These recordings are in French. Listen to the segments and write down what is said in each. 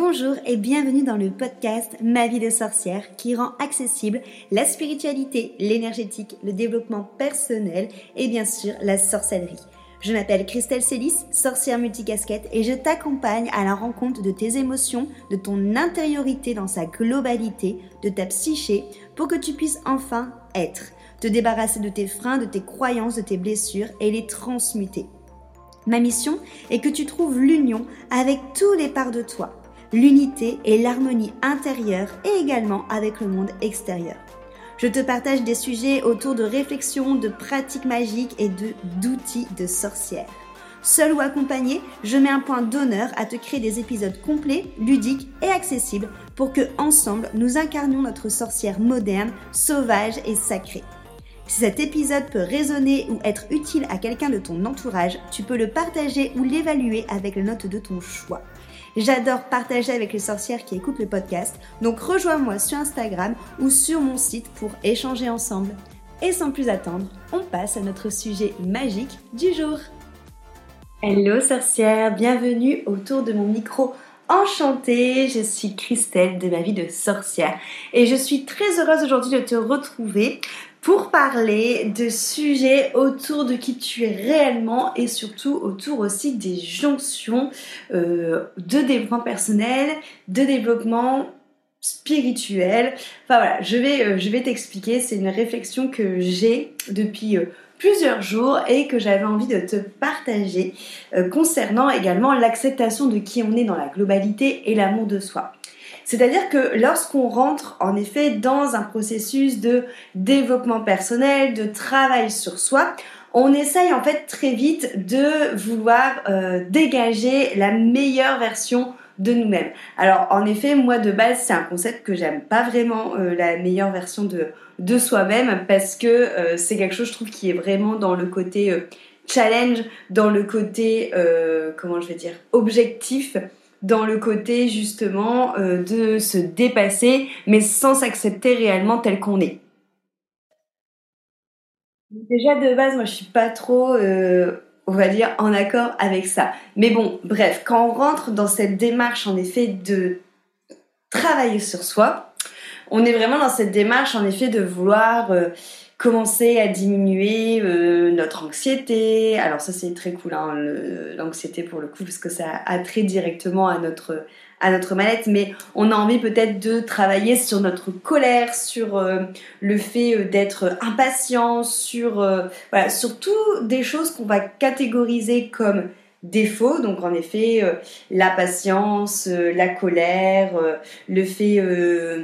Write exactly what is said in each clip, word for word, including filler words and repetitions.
Bonjour et bienvenue dans le podcast Ma vie de sorcière qui rend accessible la spiritualité, l'énergétique, le développement personnel et bien sûr la sorcellerie. Je m'appelle Christelle Célis, sorcière multicasquette et je t'accompagne à la rencontre de tes émotions, de ton intériorité dans sa globalité, de ta psyché pour que tu puisses enfin être, te débarrasser de tes freins, de tes croyances, de tes blessures et les transmuter. Ma mission est que tu trouves l'union avec tous les parts de toi, l'unité et l'harmonie intérieure et également avec le monde extérieur. Je te partage des sujets autour de réflexions, de pratiques magiques et de, d'outils de sorcière. Seul ou accompagné, je mets un point d'honneur à te créer des épisodes complets, ludiques et accessibles pour que, ensemble, nous incarnions notre sorcière moderne, sauvage et sacrée. Si cet épisode peut résonner ou être utile à quelqu'un de ton entourage, tu peux le partager ou l'évaluer avec la note de ton choix. J'adore partager avec les sorcières qui écoutent le podcast, donc rejoins-moi sur Instagram ou sur mon site pour échanger ensemble. Et sans plus attendre, on passe à notre sujet magique du jour. Hello sorcières, bienvenue autour de mon micro enchantée. Je suis Christelle de ma vie de sorcière et je suis très heureuse aujourd'hui de te retrouver pour parler de sujets autour de qui tu es réellement et surtout autour aussi des jonctions euh, de développement personnel, de développement spirituel. Enfin voilà, je vais, euh, je vais t'expliquer. C'est une réflexion que j'ai depuis euh, plusieurs jours et que j'avais envie de te partager euh, concernant également l'acceptation de qui on est dans la globalité et l'amour de soi. C'est-à-dire que lorsqu'on rentre en effet dans un processus de développement personnel, de travail sur soi, on essaye en fait très vite de vouloir euh, dégager la meilleure version de nous-mêmes. Alors en effet, moi de base, c'est un concept que j'aime pas vraiment, euh, la meilleure version de, de soi-même, parce que euh, c'est quelque chose, je trouve, qui est vraiment dans le côté euh, challenge, dans le côté, euh, comment je vais dire, objectif, dans le côté justement euh, de se dépasser, mais sans s'accepter réellement tel qu'on est. Déjà de base, moi je suis pas trop, euh, on va dire, en accord avec ça. Mais bon, bref, quand on rentre dans cette démarche en effet de travailler sur soi, on est vraiment dans cette démarche en effet de vouloir euh, commencer à diminuer euh, notre anxiété. Alors ça c'est très cool, hein, le, l'anxiété pour le coup, parce que ça a trait directement à notre, à notre mal-être, mais on a envie peut-être de travailler sur notre colère, sur euh, le fait euh, d'être impatient, sur, euh, voilà, surtout des choses qu'on va catégoriser comme défauts, donc en effet euh, la patience, euh, la colère, euh, le fait... Euh,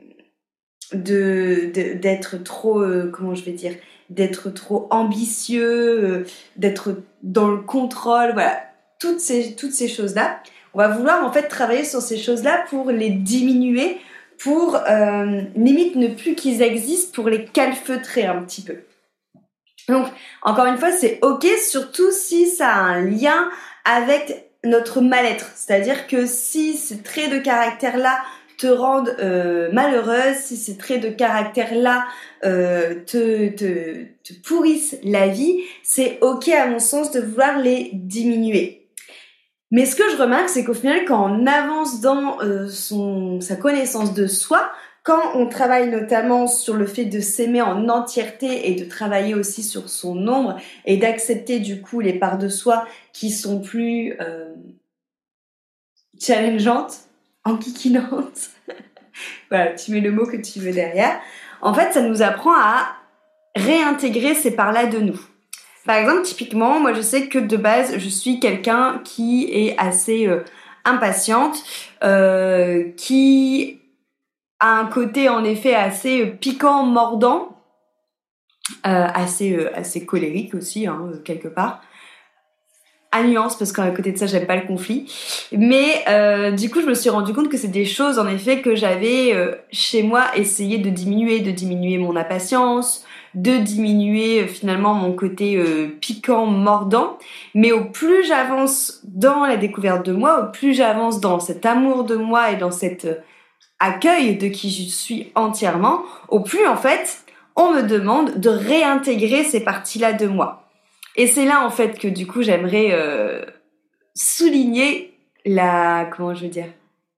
De, de d'être trop euh, comment je vais dire d'être trop ambitieux, euh, d'être dans le contrôle, voilà, toutes ces toutes ces choses là on va vouloir en fait travailler sur ces choses là pour les diminuer, pour euh, limite ne plus qu'ils existent, pour les calfeutrer un petit peu. Donc encore une fois, c'est ok, surtout si ça a un lien avec notre mal-être, c'est-à-dire que si ces traits de caractère là te rendent euh, malheureuse, si ces traits de caractère-là euh, te, te, te pourrissent la vie, c'est ok à mon sens de vouloir les diminuer. Mais ce que je remarque, c'est qu'au final, quand on avance dans euh, son, sa connaissance de soi, quand on travaille notamment sur le fait de s'aimer en entièreté et de travailler aussi sur son ombre et d'accepter du coup les parts de soi qui sont plus euh, challengeantes, enquiquinantes, voilà, tu mets le mot que tu veux derrière. En fait, ça nous apprend à réintégrer ces parts-là de nous. Par exemple, typiquement, moi je sais que de base, je suis quelqu'un qui est assez euh, impatiente, euh, qui a un côté en effet assez piquant, mordant, euh, assez, euh, assez colérique aussi, hein, quelque part. À nuance, parce qu'à côté de ça j'aime pas le conflit, mais euh, du coup je me suis rendu compte que c'est des choses en effet que j'avais euh, chez moi essayé de diminuer, de diminuer mon impatience, de diminuer euh, finalement mon côté euh, piquant, mordant, mais au plus j'avance dans la découverte de moi, au plus j'avance dans cet amour de moi et dans cet euh, accueil de qui je suis entièrement, au plus en fait on me demande de réintégrer ces parties-là de moi. Et c'est là en fait que du coup j'aimerais euh, souligner la, comment je veux dire,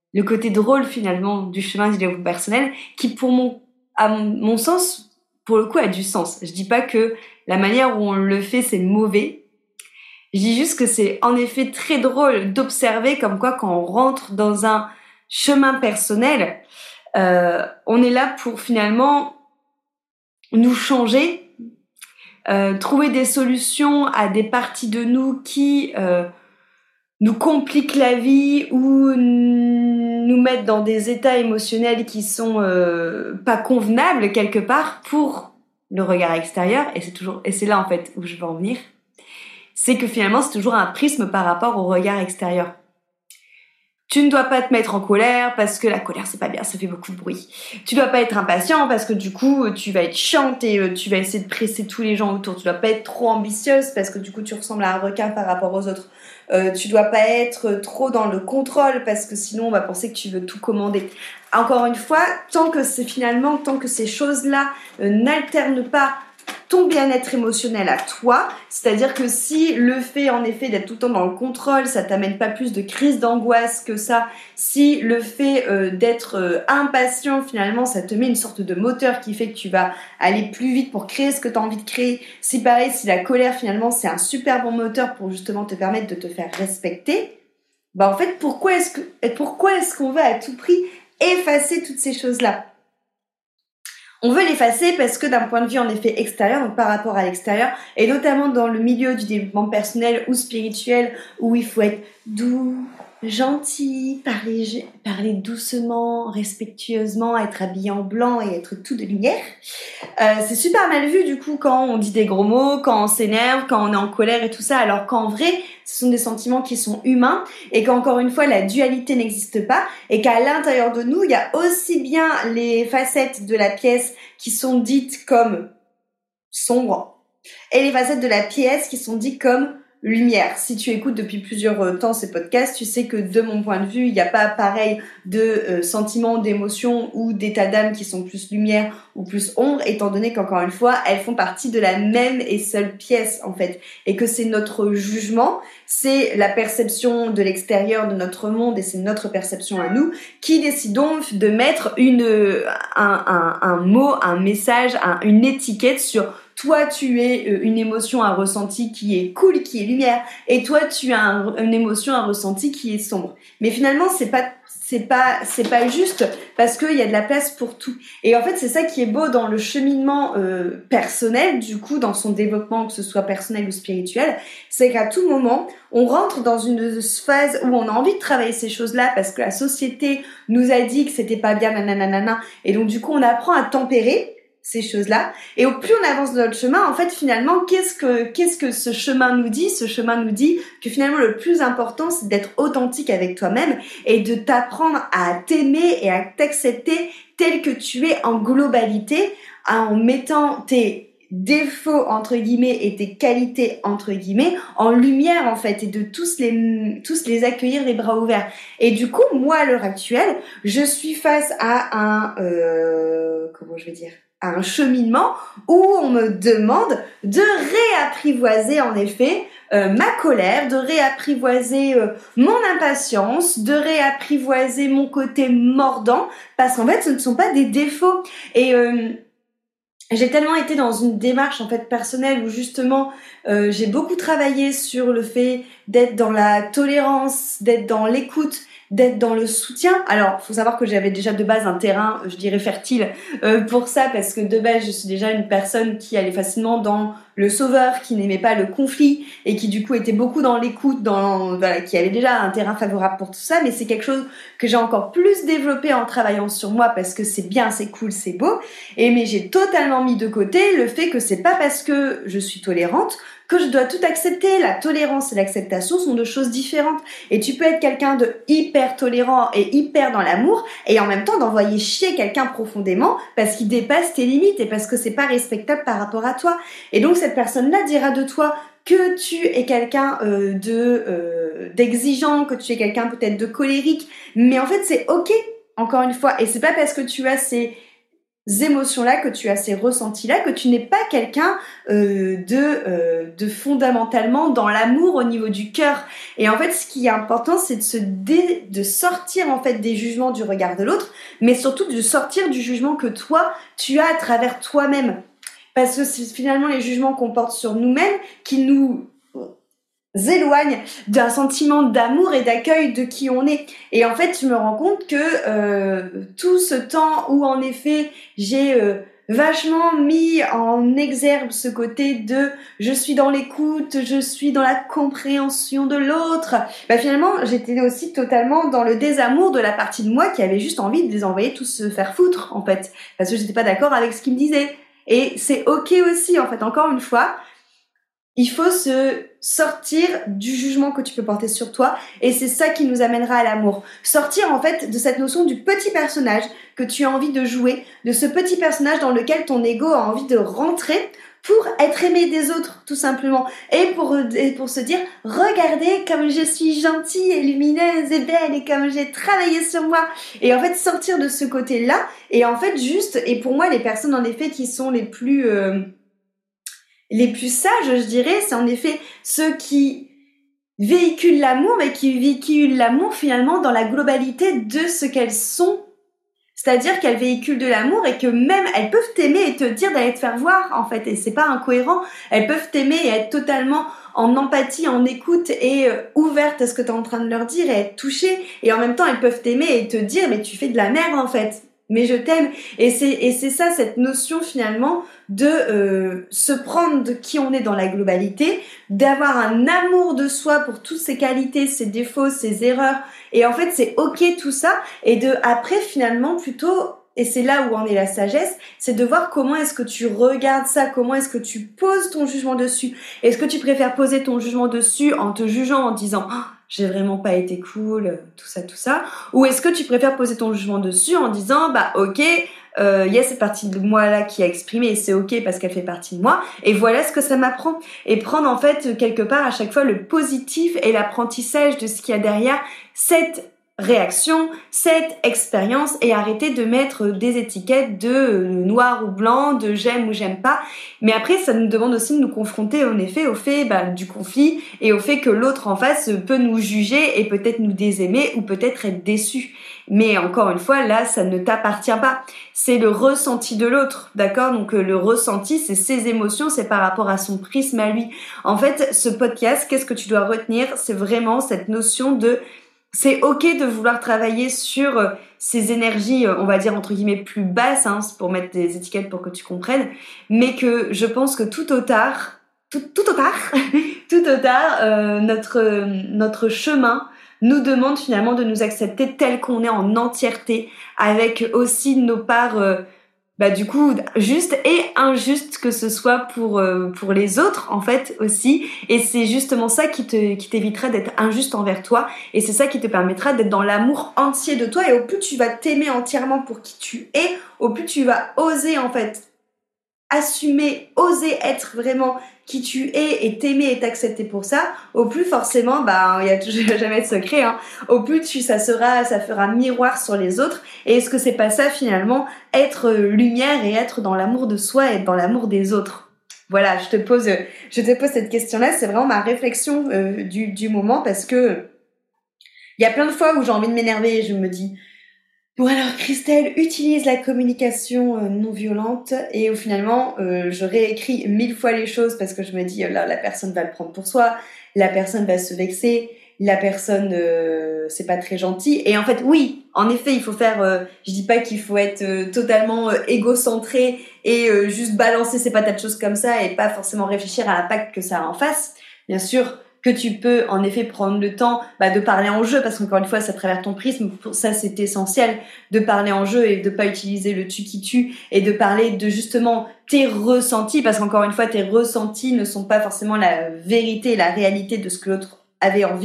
le côté drôle finalement du chemin du développement personnel qui pour mon, à mon, mon sens, pour le coup a du sens. Je dis pas que la manière où on le fait c'est mauvais, je dis juste que c'est en effet très drôle d'observer comme quoi quand on rentre dans un chemin personnel, euh, on est là pour finalement nous changer, euh, trouver des solutions à des parties de nous qui euh, nous compliquent la vie ou nous mettent dans des états émotionnels qui sont euh, pas convenables quelque part pour le regard extérieur. Et c'est toujours, et c'est là en fait où je veux en venir. C'est que finalement c'est toujours un prisme par rapport au regard extérieur. Tu ne dois pas te mettre en colère parce que la colère c'est pas bien, ça fait beaucoup de bruit. Tu dois pas être impatient parce que du coup tu vas être chiante et tu vas essayer de presser tous les gens autour. Tu dois pas être trop ambitieuse parce que du coup tu ressembles à un requin par rapport aux autres. Euh, tu dois pas être trop dans le contrôle parce que sinon on va penser que tu veux tout commander. Encore une fois, tant que c'est finalement, tant que ces choses-là euh, n'alternent pas ton bien-être émotionnel à toi, c'est-à-dire que si le fait en effet d'être tout le temps dans le contrôle, ça t'amène pas plus de crise d'angoisse que ça, si le fait euh, d'être euh, impatient finalement ça te met une sorte de moteur qui fait que tu vas aller plus vite pour créer ce que tu as envie de créer, si pareil, si la colère finalement c'est un super bon moteur pour justement te permettre de te faire respecter, bah en fait pourquoi est-ce que pourquoi est-ce qu'on va à tout prix effacer toutes ces choses-là? On veut l'effacer parce que d'un point de vue en effet extérieur, donc par rapport à l'extérieur, et notamment dans le milieu du développement personnel ou spirituel, où il faut être doux, gentil, parler, parler doucement, respectueusement, être habillé en blanc et être tout de lumière. Euh, c'est super mal vu du coup quand on dit des gros mots, quand on s'énerve, quand on est en colère et tout ça, alors qu'en vrai, ce sont des sentiments qui sont humains et qu'encore une fois, la dualité n'existe pas et qu'à l'intérieur de nous, il y a aussi bien les facettes de la pièce qui sont dites comme sombres et les facettes de la pièce qui sont dites comme lumière. Si tu écoutes depuis plusieurs temps ces podcasts, tu sais que de mon point de vue, il n'y a pas pareil de euh, sentiments, d'émotions ou d'états d'âme qui sont plus lumière ou plus ombre, étant donné qu'encore une fois, elles font partie de la même et seule pièce en fait, et que c'est notre jugement, c'est la perception de l'extérieur de notre monde et c'est notre perception à nous qui décidons de mettre une un, un, un mot, un message, un, une étiquette sur toi, tu es une émotion, un ressenti qui est cool, qui est lumière, et toi, tu as un, une émotion, un ressenti qui est sombre. Mais finalement, c'est pas, c'est pas, c'est pas juste parce qu'il y a de la place pour tout. Et en fait, c'est ça qui est beau dans le cheminement euh, personnel, du coup, dans son développement, que ce soit personnel ou spirituel, c'est qu'à tout moment, on rentre dans une phase où on a envie de travailler ces choses-là parce que la société nous a dit que c'était pas bien, nanana, et donc du coup, on apprend à tempérer ces choses-là. Et au plus on avance dans notre chemin, en fait, finalement, qu'est-ce que, qu'est-ce que ce chemin nous dit? Ce chemin nous dit que finalement, le plus important, c'est d'être authentique avec toi-même et de t'apprendre à t'aimer et à t'accepter tel que tu es en globalité, en mettant tes défauts, entre guillemets, et tes qualités, entre guillemets, en lumière, en fait, et de tous les, tous les accueillir les bras ouverts. Et du coup, moi, à l'heure actuelle, je suis face à un, euh, comment je vais dire? à un cheminement où on me demande de réapprivoiser en effet euh, ma colère, de réapprivoiser euh, mon impatience, de réapprivoiser mon côté mordant, parce qu'en fait ce ne sont pas des défauts. Et euh, j'ai tellement été dans une démarche en fait personnelle où justement euh, j'ai beaucoup travaillé sur le fait d'être dans la tolérance, d'être dans l'écoute, d'être dans le soutien. Alors, faut savoir que j'avais déjà de base un terrain, je dirais fertile, euh, pour ça, parce que de base, je suis déjà une personne qui allait facilement dans le sauveur, qui n'aimait pas le conflit, et qui du coup était beaucoup dans l'écoute, dans voilà, qui avait déjà un terrain favorable pour tout ça, mais c'est quelque chose que j'ai encore plus développé en travaillant sur moi, parce que c'est bien, c'est cool, c'est beau, et mais j'ai totalement mis de côté le fait que c'est pas parce que je suis tolérante que je dois tout accepter. La tolérance et l'acceptation sont deux choses différentes. Et tu peux être quelqu'un de hyper tolérant et hyper dans l'amour et en même temps d'envoyer chier quelqu'un profondément parce qu'il dépasse tes limites et parce que c'est pas respectable par rapport à toi. Et donc cette personne-là dira de toi que tu es quelqu'un euh, de euh, d'exigeant, que tu es quelqu'un peut-être de colérique, mais en fait c'est ok, encore une fois. Et c'est pas parce que tu as ces émotions-là, que tu as ces ressentis-là, que tu n'es pas quelqu'un euh, de, euh, de fondamentalement dans l'amour au niveau du cœur. Et en fait, ce qui est important, c'est de se dé- de sortir en fait des jugements du regard de l'autre, mais surtout de sortir du jugement que toi, tu as à travers toi-même. Parce que c'est finalement les jugements qu'on porte sur nous-mêmes qui nous éloignent d'un sentiment d'amour et d'accueil de qui on est. Et en fait, je me rends compte que euh, tout ce temps où en effet j'ai euh, vachement mis en exergue ce côté de je suis dans l'écoute, je suis dans la compréhension de l'autre, bah finalement j'étais aussi totalement dans le désamour de la partie de moi qui avait juste envie de les envoyer tous se faire foutre en fait, parce que j'étais pas d'accord avec ce qu'ils me disaient. Et c'est ok aussi en fait, encore une fois, il faut se sortir du jugement que tu peux porter sur toi et c'est ça qui nous amènera à l'amour. Sortir en fait de cette notion du petit personnage que tu as envie de jouer, de ce petit personnage dans lequel ton ego a envie de rentrer pour être aimé des autres tout simplement et pour, et pour se dire regardez comme je suis gentille et lumineuse et belle et comme j'ai travaillé sur moi et en fait sortir de ce côté-là et en fait juste, et pour moi les personnes en effet qui sont les plus... Euh, les plus sages, je dirais, c'est en effet ceux qui véhiculent l'amour, mais qui véhiculent l'amour finalement dans la globalité de ce qu'elles sont. C'est-à-dire qu'elles véhiculent de l'amour et que même elles peuvent t'aimer et te dire d'aller te faire voir, en fait, et c'est pas incohérent. Elles peuvent t'aimer et être totalement en empathie, en écoute et euh, ouverte à ce que tu es en train de leur dire et être touchée. Et en même temps, elles peuvent t'aimer et te dire, mais tu fais de la merde, en fait. Mais je t'aime. Et c'est, et c'est ça, cette notion finalement de euh, se prendre de qui on est dans la globalité, d'avoir un amour de soi pour toutes ses qualités, ses défauts, ses erreurs. Et en fait, c'est ok tout ça. Et de après finalement plutôt, et c'est là où en est la sagesse, c'est de voir comment est-ce que tu regardes ça, comment est-ce que tu poses ton jugement dessus. Est-ce que tu préfères poser ton jugement dessus en te jugeant, en disant oh, j'ai vraiment pas été cool, tout ça, tout ça, ou est-ce que tu préfères poser ton jugement dessus en disant bah ok, il euh, y a cette partie de moi là qui a exprimé et c'est ok parce qu'elle fait partie de moi et voilà ce que ça m'apprend. Et prendre en fait quelque part à chaque fois le positif et l'apprentissage de ce qu'il y a derrière cette réaction, cette expérience et arrêter de mettre des étiquettes de noir ou blanc, de j'aime ou j'aime pas. Mais après, ça nous demande aussi de nous confronter en effet au fait bah, du conflit et au fait que l'autre en face peut nous juger et peut-être nous désaimer ou peut-être être déçu. Mais encore une fois, là, ça ne t'appartient pas. C'est le ressenti de l'autre, d'accord ? Donc le ressenti, c'est ses émotions, c'est par rapport à son prisme à lui. En fait, ce podcast, qu'est-ce que tu dois retenir ? C'est vraiment cette notion de c'est ok de vouloir travailler sur euh, ces énergies, euh, on va dire entre guillemets plus basses, hein, pour mettre des étiquettes pour que tu comprennes, mais que je pense que tout au tard, tout, tout au tard, tout au tard, euh, notre euh, notre chemin nous demande finalement de nous accepter tel qu'on est en entièreté, avec aussi nos parts. Euh, bah du coup juste et injuste que ce soit pour euh, pour les autres en fait aussi, et c'est justement ça qui te qui t'évitera d'être injuste envers toi et c'est ça qui te permettra d'être dans l'amour entier de toi. Et au plus tu vas t'aimer entièrement pour qui tu es, au plus tu vas oser en fait assumer, oser être vraiment qui tu es et t'aimer et t'accepter pour ça, au plus forcément, bah, il y a toujours jamais de secret, hein. Au plus tu, ça sera, ça fera miroir sur les autres. Et est-ce que c'est pas ça finalement, être lumière et être dans l'amour de soi et être dans l'amour des autres? Voilà, je te pose, je te pose cette question-là, c'est vraiment ma réflexion euh, du, du moment parce que il y a plein de fois où j'ai envie de m'énerver et je me dis bon alors Christelle utilise la communication euh, non violente et où finalement euh, je réécris mille fois les choses parce que je me dis là la personne va le prendre pour soi, la personne va se vexer, la personne euh, c'est pas très gentil. Et en fait oui, en effet il faut faire, euh, je dis pas qu'il faut être euh, totalement euh, égocentré et euh, juste balancer ses patates de choses comme ça et pas forcément réfléchir à l'impact que ça a en face. Bien sûr que tu peux en effet prendre le temps bah, de parler en jeu, parce qu'encore une fois, ça travers ton prisme, pour ça c'est essentiel de parler en jeu et de pas utiliser le tu qui tue et de parler de justement tes ressentis, parce qu'encore une fois, tes ressentis ne sont pas forcément la vérité et la réalité de ce que l'autre avait envie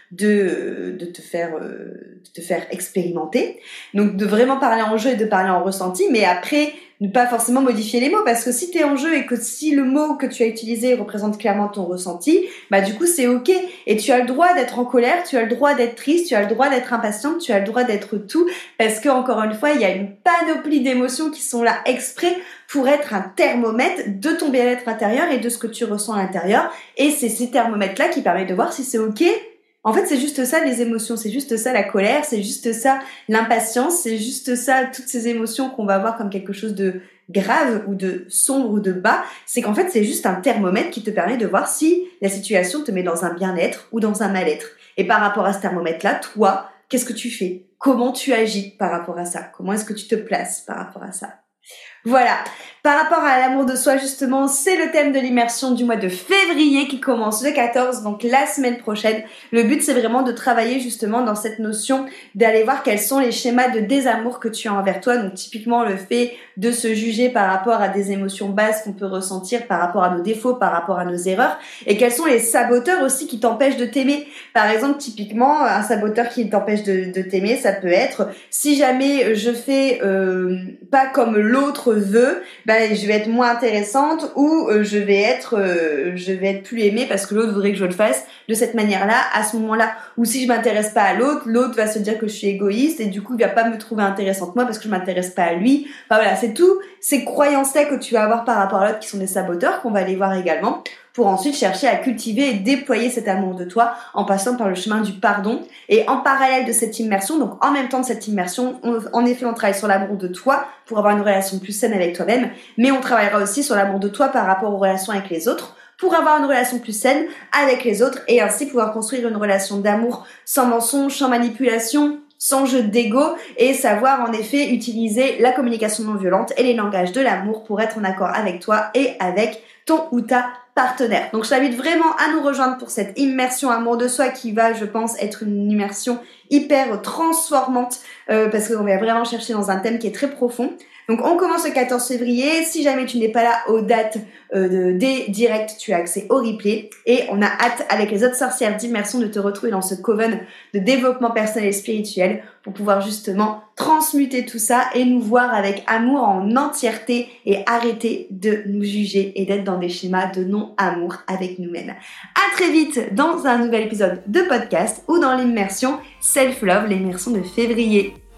de, de te faire, euh, de te faire expérimenter. Donc, de vraiment parler en jeu et de parler en ressenti, mais après, ne pas forcément modifier les mots, parce que si t'es en jeu et que si le mot que tu as utilisé représente clairement ton ressenti, bah du coup c'est ok, et tu as le droit d'être en colère, tu as le droit d'être triste, tu as le droit d'être impatiente, tu as le droit d'être tout, parce que encore une fois il y a une panoplie d'émotions qui sont là exprès pour être un thermomètre de ton bien-être intérieur et de ce que tu ressens à l'intérieur, et c'est ces thermomètres là qui permettent de voir si c'est ok. En fait, c'est juste ça, les émotions, c'est juste ça, la colère, c'est juste ça, l'impatience, c'est juste ça, toutes ces émotions qu'on va voir comme quelque chose de grave ou de sombre ou de bas, c'est qu'en fait, c'est juste un thermomètre qui te permet de voir si la situation te met dans un bien-être ou dans un mal-être. Et par rapport à ce thermomètre-là, toi, qu'est-ce que tu fais? Comment tu agis par rapport à ça? Comment est-ce que tu te places par rapport à ça? Voilà, par rapport à l'amour de soi justement, c'est le thème de l'immersion du mois de février qui commence le quatorze, donc la semaine prochaine. Le but c'est vraiment de travailler justement dans cette notion d'aller voir quels sont les schémas de désamour que tu as envers toi. Donc typiquement le fait de se juger par rapport à des émotions basses qu'on peut ressentir, par rapport à nos défauts, par rapport à nos erreurs, et quels sont les saboteurs aussi qui t'empêchent de t'aimer. Par exemple, typiquement un saboteur qui t'empêche de, de t'aimer, ça peut être si jamais je fais euh, pas comme l'autre veut, ben je vais être moins intéressante, ou euh, je vais être euh, je vais être plus aimée parce que l'autre voudrait que je le fasse de cette manière-là à ce moment-là. Ou si je m'intéresse pas à l'autre, l'autre va se dire que je suis égoïste et du coup il va pas me trouver intéressante moi parce que je m'intéresse pas à lui. Enfin voilà, c'est tout ces croyances-là que tu vas avoir par rapport à l'autre qui sont des saboteurs qu'on va aller voir également, pour ensuite chercher à cultiver et déployer cet amour de toi en passant par le chemin du pardon. Et en parallèle de cette immersion, donc en même temps de cette immersion, on, en effet on travaille sur l'amour de toi pour avoir une relation plus saine avec toi-même, mais on travaillera aussi sur l'amour de toi par rapport aux relations avec les autres, pour avoir une relation plus saine avec les autres et ainsi pouvoir construire une relation d'amour sans mensonge, sans manipulation, sans jeu d'ego, et savoir en effet utiliser la communication non violente et les langages de l'amour pour être en accord avec toi et avec ton ou ta partenaire. Donc je t'invite vraiment à nous rejoindre pour cette immersion amour de soi qui va, je pense, être une immersion hyper transformante euh, parce qu'on va vraiment chercher dans un thème qui est très profond. Donc on commence le quatorze février, si jamais tu n'es pas là aux dates euh, de, des directs, tu as accès au replay, et on a hâte avec les autres sorcières d'immersion de te retrouver dans ce coven de développement personnel et spirituel pour pouvoir justement transmuter tout ça et nous voir avec amour en entièreté et arrêter de nous juger et d'être dans des schémas de non-amour avec nous-mêmes. À très vite dans un nouvel épisode de podcast ou dans l'immersion Self-Love, l'immersion de février.